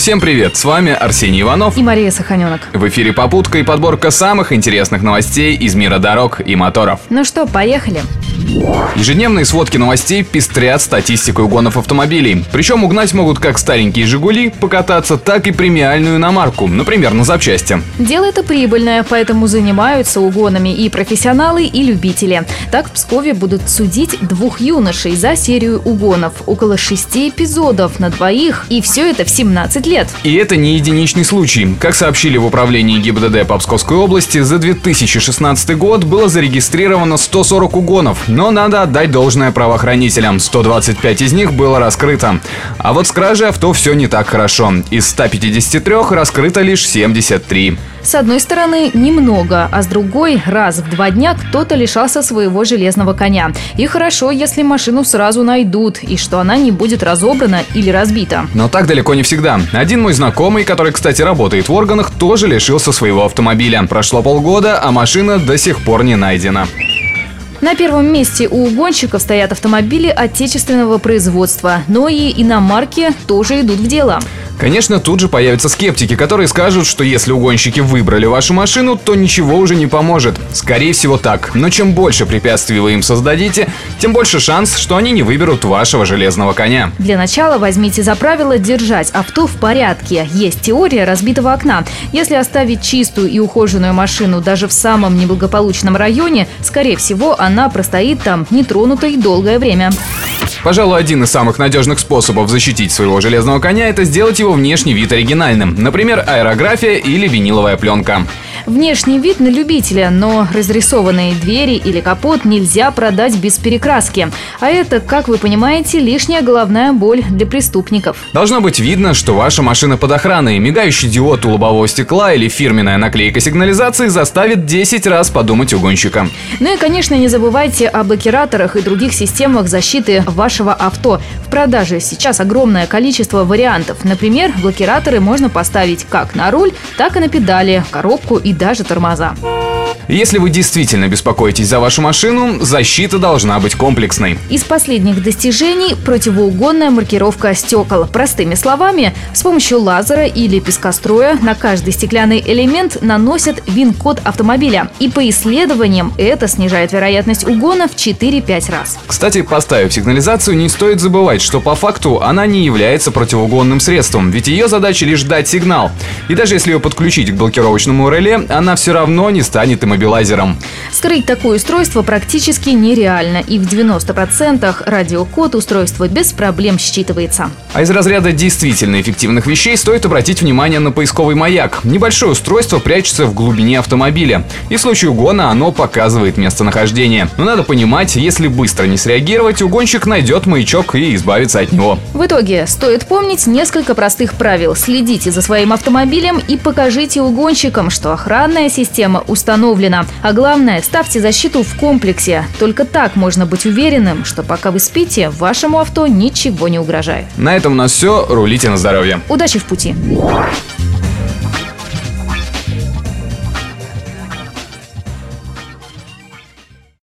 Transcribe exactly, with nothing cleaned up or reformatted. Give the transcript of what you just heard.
Всем привет, с вами Арсений Иванов и Мария Саханенок. В эфире попутка и подборка самых интересных новостей из мира дорог и моторов. Ну что, поехали. Ежедневные сводки новостей пестрят статистикой угонов автомобилей. Причем угнать могут как старенькие «Жигули», покататься, так и премиальную иномарку, например, на запчасти. Дело это прибыльное, поэтому занимаются угонами и профессионалы, и любители. Так в Пскове будут судить двух юношей за серию угонов. Около шести эпизодов на двоих, и все это в семнадцать лет. И это не единичный случай. Как сообщили в управлении ГИБДД по Псковской области, за две тысячи шестнадцатый год было зарегистрировано сто сорок угонов. Но надо отдать должное правоохранителям. сто двадцать пять из них было раскрыто. А вот с кражей авто все не так хорошо. Из ста пятидесяти трёх раскрыто лишь семьдесят три. С одной стороны, немного, а с другой, раз в два дня кто-то лишался своего железного коня. И хорошо, если машину сразу найдут, и что она не будет разобрана или разбита. Но так далеко не всегда. Один мой знакомый, который, кстати, работает в органах, тоже лишился своего автомобиля. Прошло полгода, а машина до сих пор не найдена. На первом месте у угонщиков стоят автомобили отечественного производства, но и иномарки тоже идут в дело. Конечно, тут же появятся скептики, которые скажут, что если угонщики выбрали вашу машину, то ничего уже не поможет. Скорее всего так. Но чем больше препятствий вы им создадите, тем больше шанс, что они не выберут вашего железного коня. Для начала возьмите за правило держать авто в порядке. Есть теория разбитого окна. Если оставить чистую и ухоженную машину даже в самом неблагополучном районе, скорее всего, она простоит там нетронутой долгое время. Пожалуй, один из самых надежных способов защитить своего железного коня – это сделать его внешний вид оригинальным. Например, аэрография или виниловая пленка. Внешний вид на любителя, но разрисованные двери или капот нельзя продать без перекраски. А это, как вы понимаете, лишняя головная боль для преступников. Должно быть видно, что ваша машина под охраной. Мигающий диод у лобового стекла или фирменная наклейка сигнализации заставит десять раз подумать угонщика. Ну и, конечно, не забывайте о блокираторах и других системах защиты вашего авто. В продаже сейчас огромное количество вариантов. Например, блокираторы можно поставить как на руль, так и на педали, коробку и даже тормоза. Если вы действительно беспокоитесь за вашу машину, защита должна быть комплексной. Из последних достижений – противоугонная маркировка стекол. Простыми словами, с помощью лазера или пескоструя на каждый стеклянный элемент наносят ВИН-код автомобиля. И по исследованиям это снижает вероятность угона в четыре-пять раз. Кстати, поставив сигнализацию, не стоит забывать, что по факту она не является противоугонным средством, ведь ее задача лишь дать сигнал. И даже если ее подключить к блокировочному реле, она все равно не станет иммобилизированной. Скрыть такое устройство практически нереально, и в девяноста процентах радиокод устройства без проблем считывается. А из разряда действительно эффективных вещей стоит обратить внимание на поисковый маяк. Небольшое устройство прячется в глубине автомобиля, и в случае угона оно показывает местонахождение. Но надо понимать, если быстро не среагировать, угонщик найдет маячок и избавится от него. В итоге стоит помнить несколько простых правил. Следите за своим автомобилем и покажите угонщикам, что охранная система установлена. А главное, ставьте защиту в комплексе. Только так можно быть уверенным, что пока вы спите, вашему авто ничего не угрожает. На этом у нас все. Рулите на здоровье. Удачи в пути!